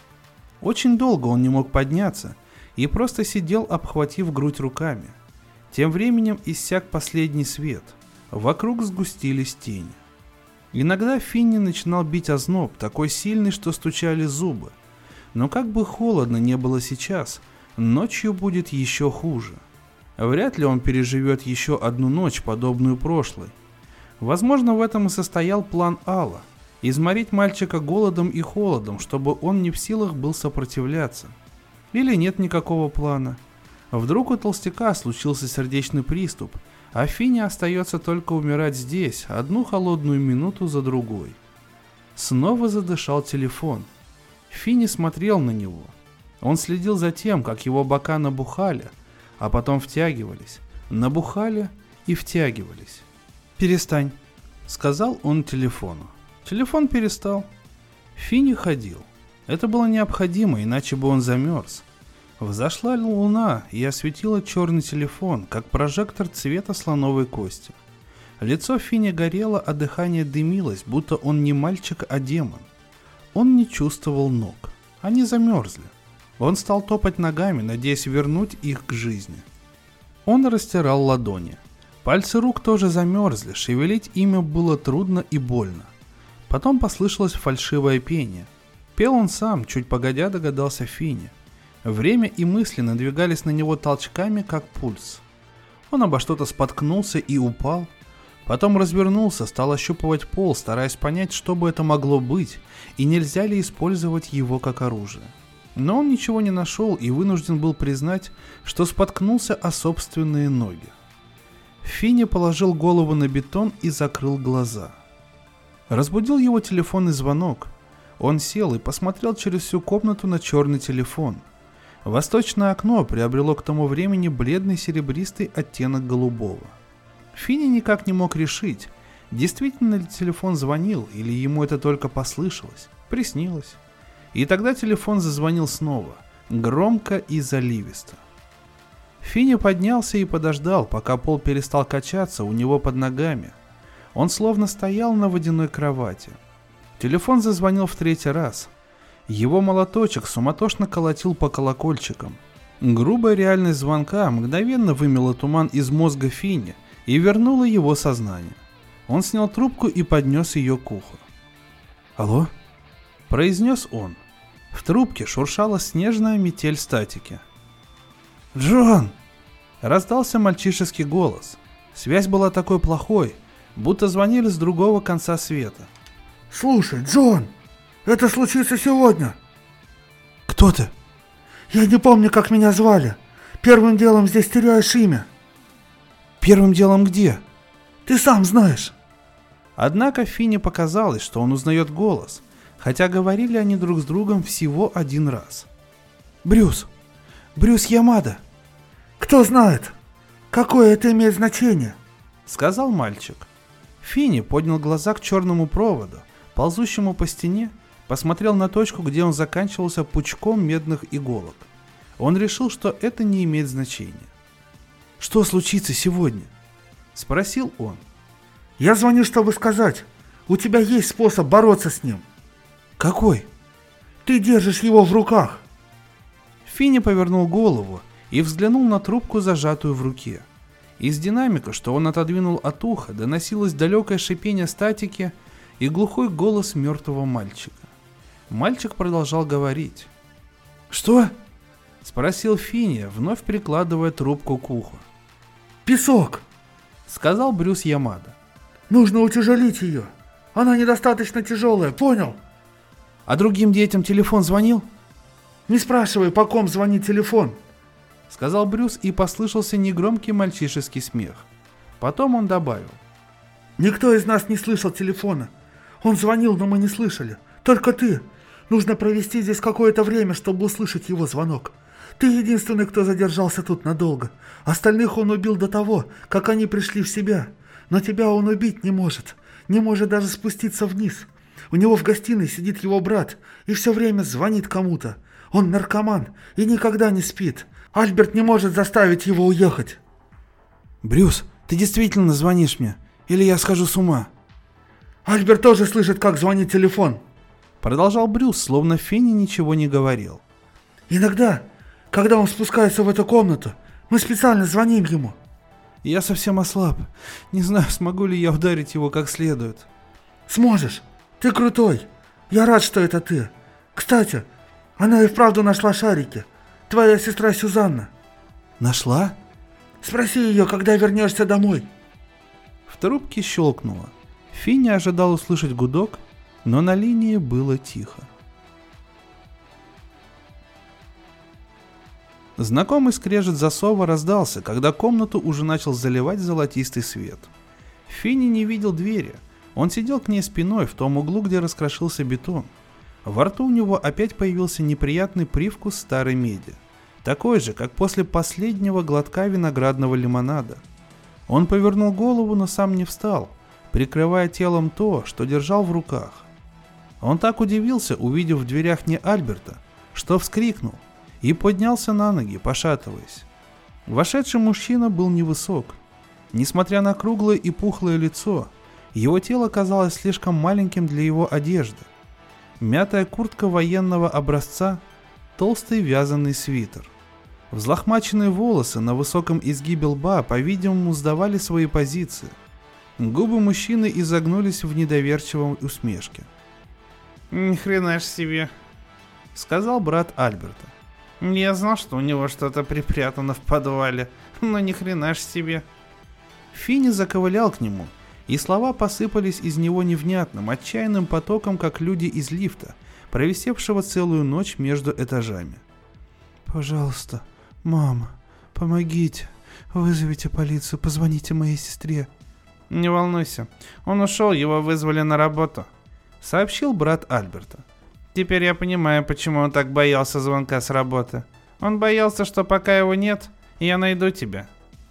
Очень долго он не мог подняться и просто сидел, обхватив грудь руками. Тем временем иссяк последний свет, вокруг сгустились тени. Иногда Финни начинал бить озноб, такой сильный, что стучали зубы. Но как бы холодно не было сейчас, ночью будет еще хуже. Вряд ли он переживет еще одну ночь, подобную прошлой. Возможно, в этом и состоял план Алла – изморить мальчика голодом и холодом, чтобы он не в силах был сопротивляться. Или нет никакого плана. Вдруг у толстяка случился сердечный приступ, а Финни остается только умирать здесь, одну холодную минуту за другой. Снова задышал телефон. Финни смотрел на него. Он следил за тем, как его бока набухали, а потом втягивались, набухали и втягивались. «Перестань», — сказал он телефону. Телефон перестал. Финни ходил. Это было необходимо, иначе бы он замерз. Взошла луна и осветила черный телефон, как прожектор цвета слоновой кости. Лицо Финни горело, а дыхание дымилось, будто он не мальчик, а демон. Он не чувствовал ног. Они замерзли. Он стал топать ногами, надеясь вернуть их к жизни. Он растирал ладони. Пальцы рук тоже замерзли, шевелить ими было трудно и больно. Потом послышалось фальшивое пение. Пел он сам, чуть погодя догадался Финни. Время и мысли надвигались на него толчками, как пульс. Он обо что-то споткнулся и упал. Потом развернулся, стал ощупывать пол, стараясь понять, что бы это могло быть, и нельзя ли использовать его как оружие. Но он ничего не нашел и вынужден был признать, что споткнулся о собственные ноги. Финни положил голову на бетон и закрыл глаза. Разбудил его телефонный звонок. Он сел и посмотрел через всю комнату на черный телефон. Восточное окно приобрело к тому времени бледный серебристый оттенок голубого. Финни никак не мог решить, действительно ли телефон звонил, или ему это только послышалось, приснилось. И тогда телефон зазвонил снова, громко и заливисто. Финни поднялся и подождал, пока пол перестал качаться у него под ногами. Он словно стоял на водяной кровати. Телефон зазвонил в 3-й раз. Его молоточек суматошно колотил по колокольчикам. Грубая реальность звонка мгновенно вымела туман из мозга Финни и вернула его сознание. Он снял трубку и поднес ее к уху.
«Алло?»
– произнес он. В трубке шуршала снежная метель статики.
«Джон!»
– раздался мальчишеский голос. Связь была такой плохой, будто звонили с другого конца света.
«Слушай, Джон, это случится сегодня!»
«Кто ты?»
«Я не помню, как меня звали. Первым делом здесь теряешь имя».
«Первым делом где?»
«Ты сам знаешь».
Однако Финни показалось, что он узнает голос, хотя говорили они друг с другом всего один раз.
«Брюс Ямада». «Кто знает, какое это имеет значение?»
— сказал мальчик. Финни поднял глаза к черному проводу, ползущему по стене, посмотрел на точку, где он заканчивался пучком медных иголок. Он решил, что это не имеет значения.
«Что случится сегодня?»
— спросил он.
«Я звоню, чтобы сказать, у тебя есть способ бороться с ним».
«Какой?»
«Ты держишь его в руках».
Финни повернул голову и взглянул на трубку, зажатую в руке. Из динамика, что он отодвинул от уха, доносилось далекое шипение статики и глухой голос мертвого мальчика. Мальчик продолжал говорить.
«Что?»
— спросил Финни, вновь прикладывая трубку к уху.
«Песок»,
— сказал Брюс Ямада.
«Нужно утяжелить ее. Она недостаточно тяжелая, понял?»
«А другим детям телефон звонил?»
«Не спрашивай, по ком звонит телефон»,
— сказал Брюс, и послышался негромкий мальчишеский смех. Потом он добавил.
«Никто из нас не слышал телефона. Он звонил, но мы не слышали. Только ты. Нужно провести здесь какое-то время, чтобы услышать его звонок. Ты единственный, кто задержался тут надолго. Остальных он убил до того, как они пришли в себя. Но тебя он убить не может. Не может даже спуститься вниз. У него в гостиной сидит его брат и все время звонит кому-то. Он наркоман и никогда не спит. Альберт не может заставить его уехать».
«Брюс, ты действительно звонишь мне? Или я схожу с ума?»
«Альберт тоже слышит, как звонит телефон»,
— продолжал Брюс, словно Финни ничего не говорил.
«Иногда, когда он спускается в эту комнату, мы специально звоним ему».
«Я совсем ослаб. Не знаю, смогу ли я ударить его как следует».
«Сможешь. Ты крутой. Я рад, что это ты. Кстати, она и вправду нашла шарики. Твоя сестра Сюзанна».
«Нашла?»
«Спроси ее, когда вернешься домой».
В трубке щелкнуло. Финни ожидал услышать гудок, но на линии было тихо. Знакомый скрежет засова раздался, когда комнату уже начал заливать золотистый свет. Финни не видел двери. Он сидел к ней спиной в том углу, где раскрошился бетон. Во рту у него опять появился неприятный привкус старой меди, такой же, как после последнего глотка виноградного лимонада. Он повернул голову, но сам не встал, прикрывая телом то, что держал в руках. Он так удивился, увидев в дверях не Альберта, что вскрикнул и поднялся на ноги, пошатываясь. Вошедший мужчина был невысок. Несмотря на круглое и пухлое лицо, его тело казалось слишком маленьким для его одежды. Мятая куртка военного образца, толстый вязаный свитер. Взлохмаченные волосы на высоком изгибе лба, по-видимому, сдавали свои позиции. Губы мужчины изогнулись в недоверчивой усмешке.
«Ни хрена ж себе»,
— сказал брат Альберта.
«Я знал, что у него что-то припрятано в подвале, но ни хрена ж себе».
Финни заковылял к нему, и слова посыпались из него невнятным, отчаянным потоком, как люди из лифта, провисевшего целую ночь между этажами.
«Пожалуйста, мама, помогите, вызовите полицию, позвоните моей сестре».
«Не волнуйся, он ушел, его вызвали на работу»,
— сообщил брат Альберта.
«Теперь я понимаю, почему он так боялся звонка с работы. Он боялся, что пока его нет, я найду тебя».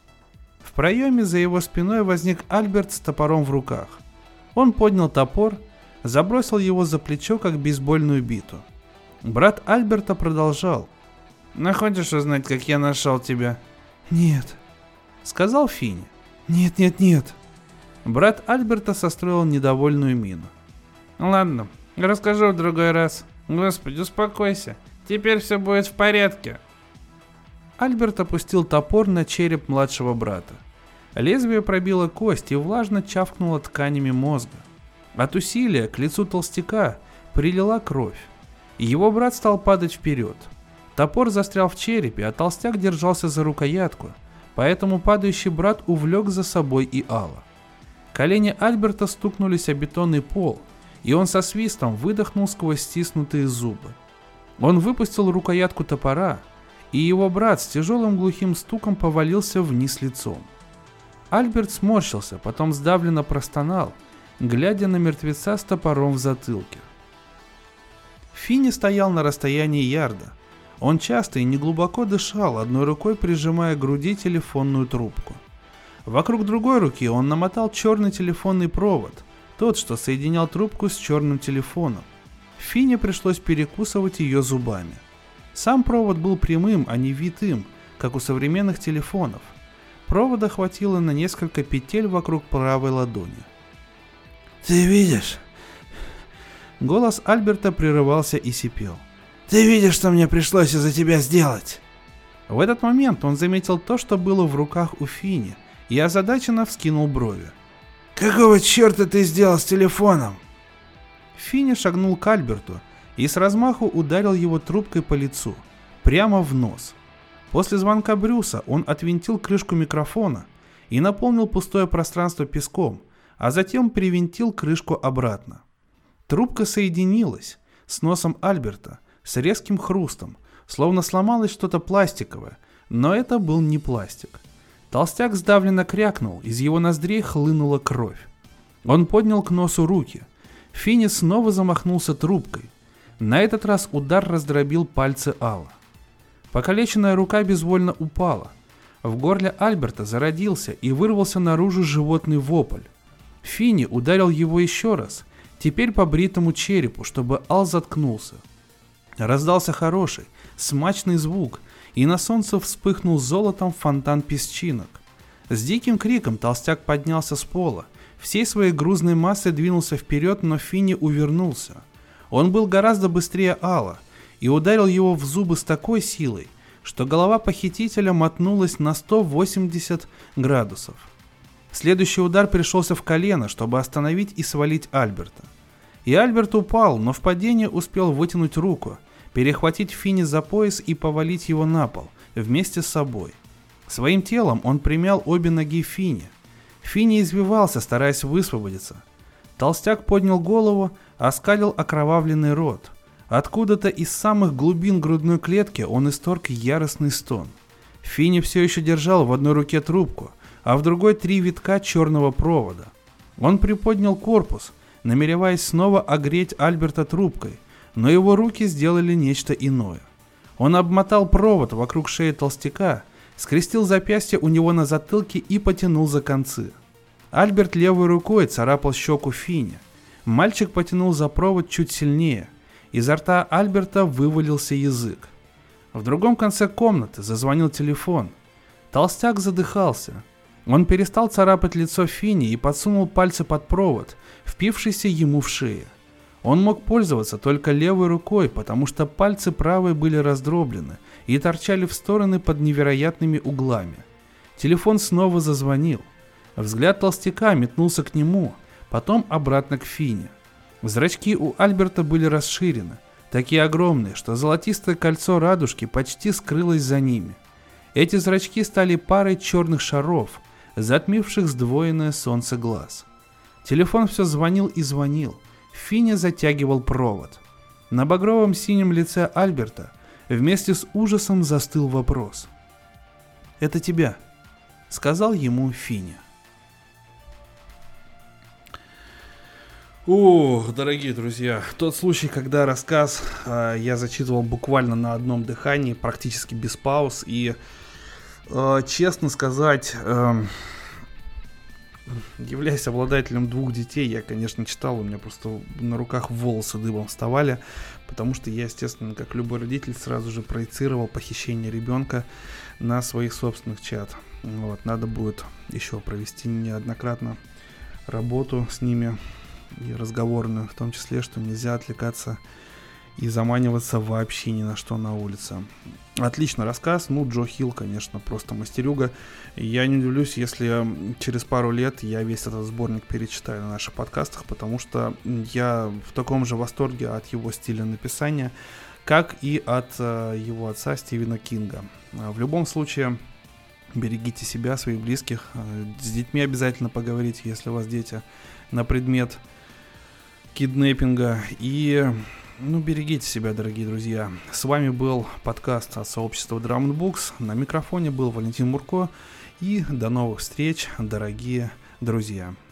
В проеме за его спиной возник Альберт с топором в руках. Он поднял топор, забросил его за плечо, как бейсбольную биту. Брат Альберта продолжал.
«Хочешь узнать, как я нашел тебя?»
«Нет»,
— сказал Финни.
«Нет».
Брат Альберта состроил недовольную мину.
«Ладно, расскажу в другой раз. Господи, успокойся. Теперь все будет в порядке».
Альберт опустил топор на череп младшего брата. Лезвие пробило кость и влажно чавкнуло тканями мозга. От усилия к лицу толстяка прилила кровь, и его брат стал падать вперед. Топор застрял в черепе, а толстяк держался за рукоятку, поэтому падающий брат увлек за собой и Алла. Колени Альберта стукнулись о бетонный пол, и он со свистом выдохнул сквозь стиснутые зубы. Он выпустил рукоятку топора, и его брат с тяжелым глухим стуком повалился вниз лицом. Альберт сморщился, потом сдавленно простонал, глядя на мертвеца с топором в затылке. Финни стоял на расстоянии ярда. Он часто и неглубоко дышал, одной рукой прижимая к груди телефонную трубку. Вокруг другой руки он намотал черный телефонный провод, тот, что соединял трубку с черным телефоном. Финни пришлось перекусывать ее зубами. Сам провод был прямым, а не витым, как у современных телефонов. Провода хватило на несколько петель вокруг правой ладони.
«Ты видишь?»
Голос Альберта прерывался и сипел.
«Ты видишь, что мне пришлось из-за тебя сделать?»
В этот момент он заметил то, что было в руках у Финни, и озадаченно вскинул брови.
«Какого черта ты сделал с телефоном?»
Финни шагнул к Альберту и с размаху ударил его трубкой по лицу, прямо в нос. После звонка Брюса он отвинтил крышку микрофона и наполнил пустое пространство песком, а затем привинтил крышку обратно. Трубка соединилась с носом Альберта с резким хрустом, словно сломалось что-то пластиковое, но это был не пластик. Толстяк сдавленно крякнул, из его ноздрей хлынула кровь. Он поднял к носу руки. Финни снова замахнулся трубкой. На этот раз удар раздробил пальцы Алла. Покалеченная рука безвольно упала. В горле Альберта зародился и вырвался наружу животный вопль. Финни ударил его еще раз, теперь по бритому черепу, чтобы Ал заткнулся. Раздался хороший, смачный звук, и на солнце вспыхнул золотом фонтан песчинок. С диким криком толстяк поднялся с пола, всей своей грузной массой двинулся вперед, но Финни увернулся. Он был гораздо быстрее Алла и ударил его в зубы с такой силой, что голова похитителя мотнулась на 180 градусов. Следующий удар пришелся в колено, чтобы остановить и свалить Альберта. И Альберт упал, но в падении успел вытянуть руку, перехватить Финни за пояс и повалить его на пол, вместе с собой. Своим телом он примял обе ноги Финни. Финни извивался, стараясь высвободиться. Толстяк поднял голову, оскалил окровавленный рот. Откуда-то из самых глубин грудной клетки он исторг яростный стон. Финни все еще держал в одной руке трубку, а в другой 3 витка черного провода. Он приподнял корпус, намереваясь снова огреть Альберта трубкой, но его руки сделали нечто иное. Он обмотал провод вокруг шеи толстяка, скрестил запястье у него на затылке и потянул за концы. Альберт левой рукой царапал щеку Финни. Мальчик потянул за провод чуть сильнее. Изо рта Альберта вывалился язык. В другом конце комнаты зазвонил телефон. Толстяк задыхался. Он перестал царапать лицо Финни и подсунул пальцы под провод, впившийся ему в шею. Он мог пользоваться только левой рукой, потому что пальцы правой были раздроблены и торчали в стороны под невероятными углами. Телефон снова зазвонил. Взгляд толстяка метнулся к нему, потом обратно к Финни. Зрачки у Альберта были расширены, такие огромные, что золотистое кольцо радужки почти скрылось за ними. Эти зрачки стали парой черных шаров, затмивших сдвоенное солнце глаз. Телефон все звонил и звонил. Финни затягивал провод. На багровом синем лице Альберта вместе с ужасом застыл вопрос. «Это тебя», — сказал ему Финни. Ох, дорогие друзья, тот случай, когда рассказ я зачитывал буквально на одном дыхании, практически без пауз, и, честно сказать, являясь обладателем 2 детей, я, конечно, читал, у меня просто на руках волосы дыбом вставали, потому что я, естественно, как любой родитель, сразу же проецировал похищение ребенка на своих собственных чад. Вот, надо будет еще провести неоднократно работу с ними, и разговорную, в том числе, что нельзя отвлекаться и заманиваться вообще ни на что на улице. Отличный рассказ. Джо Хилл, конечно, просто мастерюга. Я не удивлюсь, если через пару лет я весь этот сборник перечитаю на наших подкастах, потому что я в таком же восторге от его стиля написания, как и от его отца Стивена Кинга. В любом случае, берегите себя, своих близких. С детьми обязательно поговорите, если у вас дети, на предмет киднеппинга. И берегите себя, дорогие друзья. С вами был подкаст от сообщества Drum & Books. На микрофоне был Валентин Мурко. И до новых встреч, дорогие друзья.